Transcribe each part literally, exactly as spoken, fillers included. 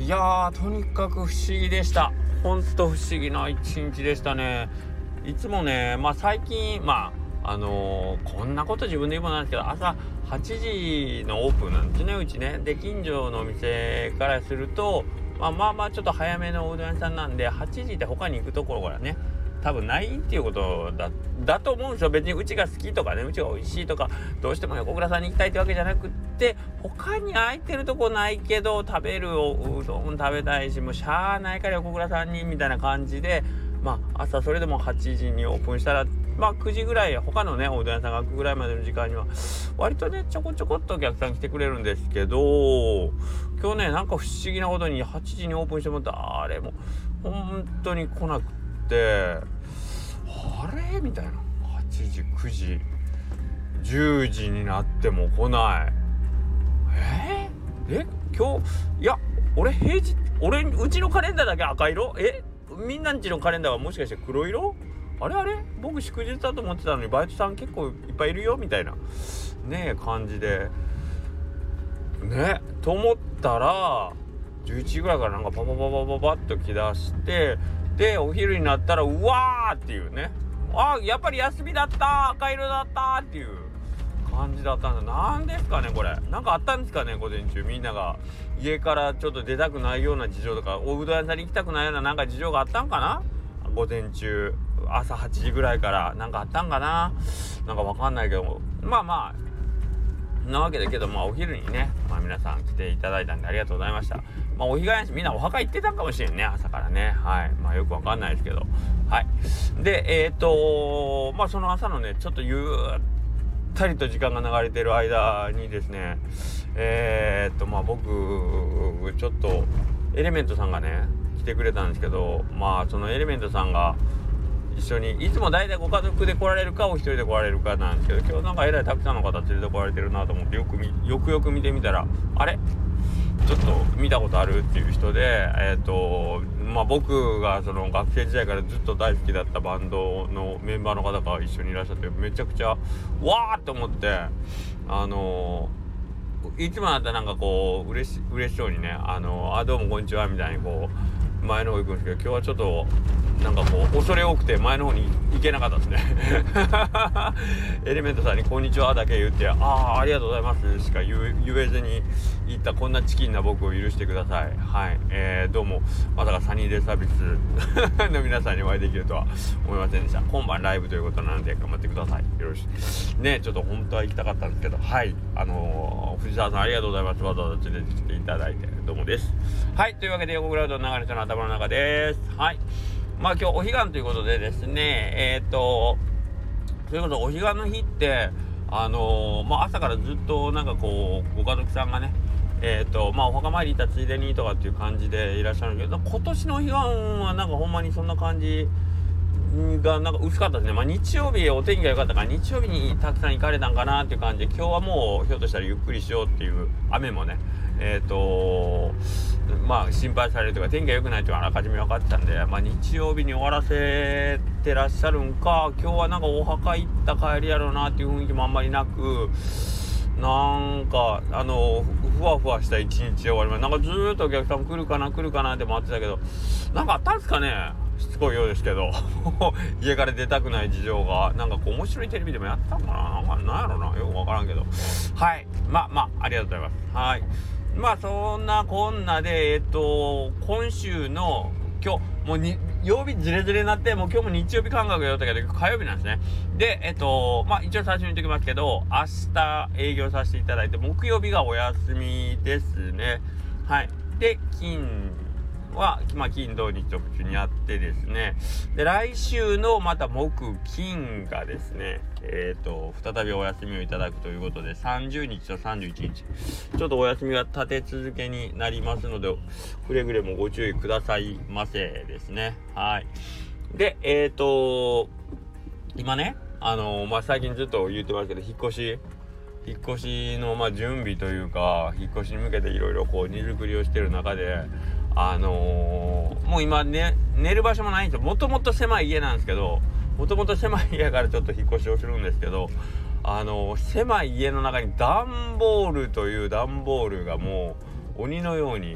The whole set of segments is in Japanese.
やーとにかく不思議でした。ほんと不思議な一日でしたね。いつもね、まあ最近まああのー、こんなこと自分で言うもなんですけど、朝はちじのオープンなんですね、うちね。で近所のお店からすると、まあまあまあちょっと早めのうどん屋さんなんで、はちじで他に行くところからね多分ないっていうことだだと思うんですよ。別にうちが好きとかね、うちが美味しいとか、どうしても横倉さんに行きたいってわけじゃなくって、他に空いてるとこないけど食べるおうどん食べたいし、もうしゃあないから横倉さんにみたいな感じで、まあ朝それでもはちじにオープンしたら、まあくじぐらい、他のねおうどん屋さんが開くぐらいまでの時間には割とねちょこちょこっとお客さん来てくれるんですけど、今日ねなんか不思議なことにはちじにオープンしても誰も本当に来なくて、あれみたいな、はちじくじじゅうじになっても来ない。えー、え今日いや俺平日俺うちのカレンダーだけ赤色、えみんなんちのカレンダーはもしかして黒色、あれあれ僕祝日だと思ってたのにバイトさん結構いっぱいいるよみたいなねえ感じでねと思ったら、じゅういちじぐらいからなんかパパパパパパッと来だして、でお昼になったらうわーっていうね、あやっぱり休みだった赤色だったっていう感じだったんだ。なんですかねこれ、なんかあったんですかね、午前中みんなが家からちょっと出たくないような事情とか、おうどん屋さんに行きたくないようななんか事情があったんかな、午前中朝はちじぐらいからなんかあったんかな、なんかわかんないけど、まあまあなわけだけど、まあお昼にね、まあ皆さん来ていただいたんでありがとうございました。まあお彼岸しみんなお墓行ってたんかもしれんね、朝からね。はい、まあよくわかんないですけど、はい。でえっ、ー、とまあその朝のねちょっとゆったりと時間が流れてる間にですね、えっ、ー、とまあ僕ちょっとエレメントさんがね来てくれたんですけど、まあそのエレメントさんが一緒にいつも大体ご家族で来られるかお一人で来られるかなんですけど、今日なんかえらいたくさんの方連れて来られてるなと思ってよくみよくよく見てみたら、あれちょっと見たことあるっていう人で、えっ、ー、とまあ僕がその学生時代からずっと大好きだったバンドのメンバーの方が一緒にいらっしゃって、めちゃくちゃわーって思って、あのー、いつもだったらなんかこう嬉し嬉しそうにね、あのー、あどうもこんにちはみたいにこう前の方行くんですけど、今日はちょっとなんかこう恐れ多くて前の方に行けなかったですねエレメントさんにこんにちはだけ言って、ああありがとうございますしか 言, 言えずに行ったこんなチキンな僕を許してください。はい、えー、どうもまさかサニーデイサービスの皆さんにお会いできるとは思いませんでした。今晩ライブということなので頑張ってください。よろしくね。ちょっと本当は行きたかったんですけど、はいあのー、藤沢さんありがとうございます。わざわざ連れてきていただいてどうもです。はい、というわけで横クラウドの流れ人の頭の中です。はい、まあ今日お彼岸ということでですね、えっとそれこそお彼岸の日ってあのー、まあ朝からずっとなんかこうご家族さんがねえっとまあお墓参り行ったついでにとかっていう感じでいらっしゃるけど、今年のお彼岸はなんかほんまにそんな感じがなんか薄かったですね。まあ日曜日お天気が良かったから日曜日にたくさん行かれたんかなっていう感じで、今日はもうひょっとしたらゆっくりしようっていう、雨もねえっとまあ心配されるというか天気が良くないというのはあらかじめ分かってたんで、まあ日曜日に終わらせてらっしゃるんか、今日はなんかお墓行った帰りやろうなっていう雰囲気もあんまりなく、なんかあのふわふわした一日で終わりました。なんかずーっとお客さん来るかな来るかなって待ってたけど、なんかあったんですかね、しつこいようですけど家から出たくない事情がなんかこう面白いテレビでもやったのかな、なんかなんやろな、よくわからんけど、はいまあまあありがとうございます。はい、まあそんなこんなでえっと今週の今日もうに曜日ずれずれになって、もう今日も日曜日感覚だったけど火曜日なんですね。でえっとまあ一応最初に言っておきますけど、明日営業させていただいて木曜日がお休みですね。はい、で金は、まあ、金土日と普通にやってですね、で来週のまた木金がですねえっと再びお休みをいただくということで、さんじゅうにちとさんじゅういちにちちょっとお休みが立て続けになりますので、くれぐれもご注意くださいませですね。はい、でえっと今ねあのー、まあ最近ずっと言ってますけど、引っ越し引っ越しのまあ準備というか、引っ越しに向けていろいろこう荷造りをしてる中で、あのー、もう今ね寝る場所もないんですよ。もともと狭い家なんですけど、もともと狭い家からちょっと引っ越しをするんですけど、あのー、狭い家の中に段ボールという段ボールがもう鬼のように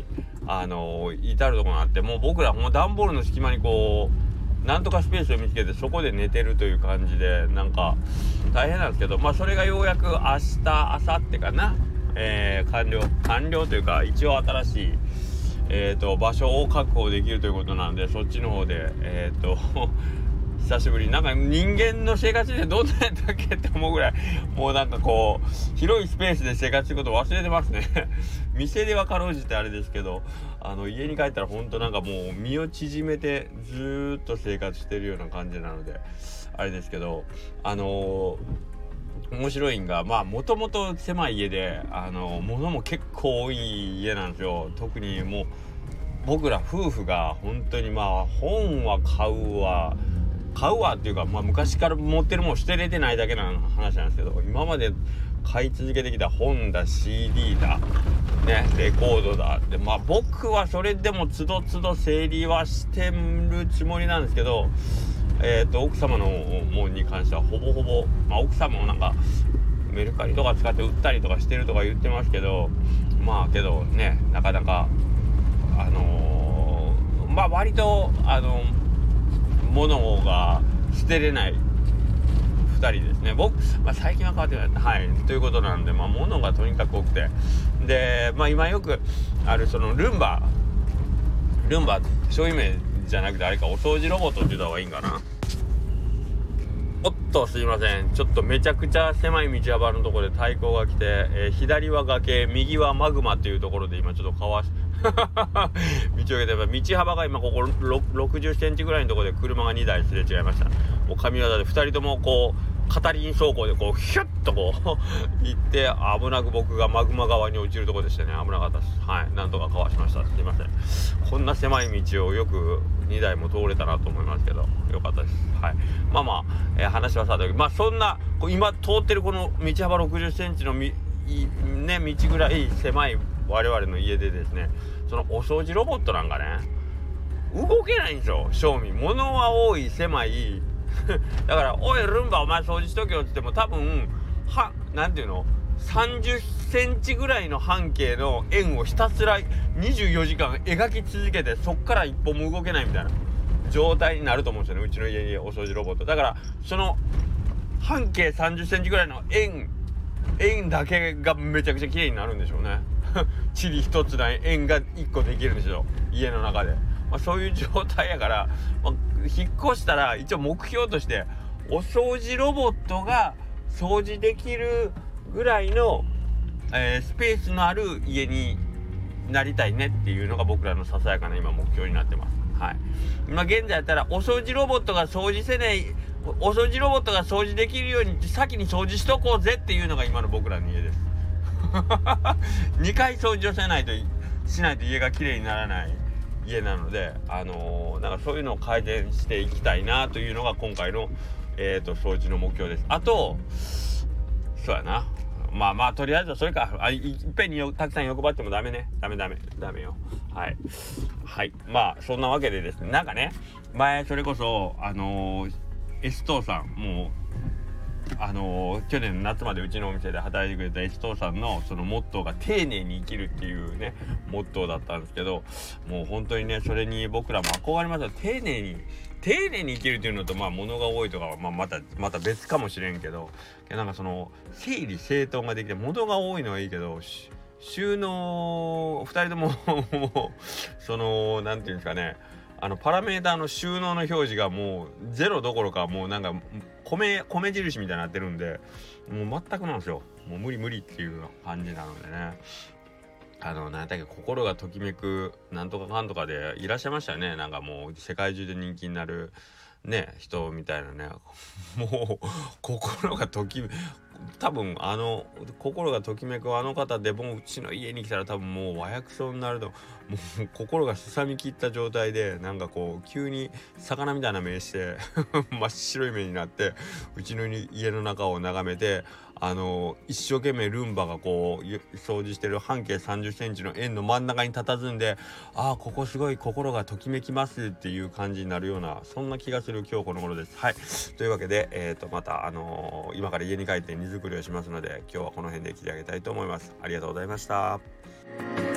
あの至るところがあって、もう僕らもう段ボールの隙間にこうなんとかスペースを見つけてそこで寝てるという感じで、なんか大変なんですけど、まあそれがようやく明日明後日かな、えー、完了完了というか、一応新しい、えー、と場所を確保できるということなので、そっちの方でえっ、ー、と久しぶりになんか人間の生活でどんなやったっけって思うぐらい、もうなんかこう広いスペースで生活すること忘れてますね店ではかろうじてあれですけど、あの家に帰ったらほんとなんかもう身を縮めてずーっと生活してるような感じなのであれですけど、あのー、面白いんが、まあもともと狭い家で、あのー、物も結構多い家なんですよ。特にもう僕ら夫婦が本当にまあ本は買うわ買うわっていうか、まあ昔から持ってるもん捨てれてないだけの話なんですけど、今まで買い続けてきた本だ シーディー だねレコードだで、まあ僕はそれでもつどつど整理はしてるつもりなんですけど、えっと奥様のもんに関してはほぼほぼ、まあ奥様もなんかメルカリとか使って売ったりとかしてるとか言ってますけど、まあけどね、なかなかあのー、まあ割とあの物が捨てれないふたりですね。僕、まあ、最近は変わってない、はいということなので、まあ物がとにかく多くて、でまあ今よくあるそのルンバルンバそういう意味じゃなくて、あれかお掃除ロボットって言った方がいいんかな。おっとすいません、ちょっとめちゃくちゃ狭い道幅のところで対向が来て、えー、左は崖右はマグマっていうところで今ちょっとかわし道を受けて、道幅が今こころくじゅっセンチぐらいのところで車がにだいすれ違いました。もう神業でふたりともこう片輪走行でこうヒュッとこう行って危なく僕がマグマ側に落ちるところでしたね。危なかったです。はい、なんとかかわしました。すいません。こんな狭い道をよくにだいも通れたなと思いますけど、よかったです。はい、まあまあ、えー、話はさておき、まあそんなこう今通ってるこの道幅ろくじゅっセンチのみね道ぐらい狭い我々の家でですね、そのお掃除ロボットなんかね動けないんですよ。正味物は多い狭いだからおいルンバお前掃除しとけよって言っても多分はなんていうのさんじゅっセンチぐらいの半径の円をひたすらにじゅうよじかん描き続けて、そっから一歩も動けないみたいな状態になると思うんですよね、うちの家にお掃除ロボット。だからその半径さんじゅっセンチぐらいの円円だけがめちゃくちゃ綺麗になるんでしょうねチリ一つない円がいっこできるんですよ家の中で。まあ、そういう状態やから、まあ、引っ越したら一応目標としてお掃除ロボットが掃除できるぐらいの、えー、スペースのある家になりたいねっていうのが僕らのささやかな今目標になってます。はい。今現在やったらお掃除ロボットが掃除せないお掃除ロボットが掃除できるように先に掃除しとこうぜっていうのが今の僕らの家ですにかい掃除をせないとしないと家がきれいにならない家なので、あのー、なんかそういうのを改善していきたいなというのが今回の、えーと、掃除の目標です。あとそうやな、まあまあとりあえずそれかあ い, いっぺんによたくさん欲張ってもダメねダメダメダメよ。はいはいまあそんなわけでですね、なんかね前それこそあのー、エストーさんもうあのー、去年の夏までうちのお店で働いてくれたエストーさんのそのモットーが丁寧に生きるっていうねモットーだったんですけど、もう本当にねそれに僕らも憧れますよ。丁寧に丁寧に生きるっていうのとまあ物が多いとかは、まあ、またまた別かもしれんけど、なんかその整理整頓ができて物が多いのはいいけど収納ふたりともそのなんていうんですかね、あのパラメーターの収納の表示がもうゼロどころかもうなんか米米印みたいになってるんで、もう全くなんですよ。もう無理無理っていう感じなのでね、あのなんだっけ心がときめくなんとかかんとかでいらっしゃいましたよね。なんかもう世界中で人気になるね人みたいなね、もう心がときめ多分あの心がときめくあの方でもううちの家に来たら多分もう和訳そうになると、もう心がすさみきった状態でなんかこう急に魚みたいな目して真っ白い目になってうちの家の中を眺めて、あの一生懸命ルンバがこう掃除してる半径さんじゅっセンチの円の真ん中に佇んで、ああここすごい心がときめきますっていう感じになるようなそんな気がする今日この頃です。はいというわけで、えー、とまたあのー、今から家に帰って荷造りをしますので今日はこの辺で切り上げたいと思います。ありがとうございました。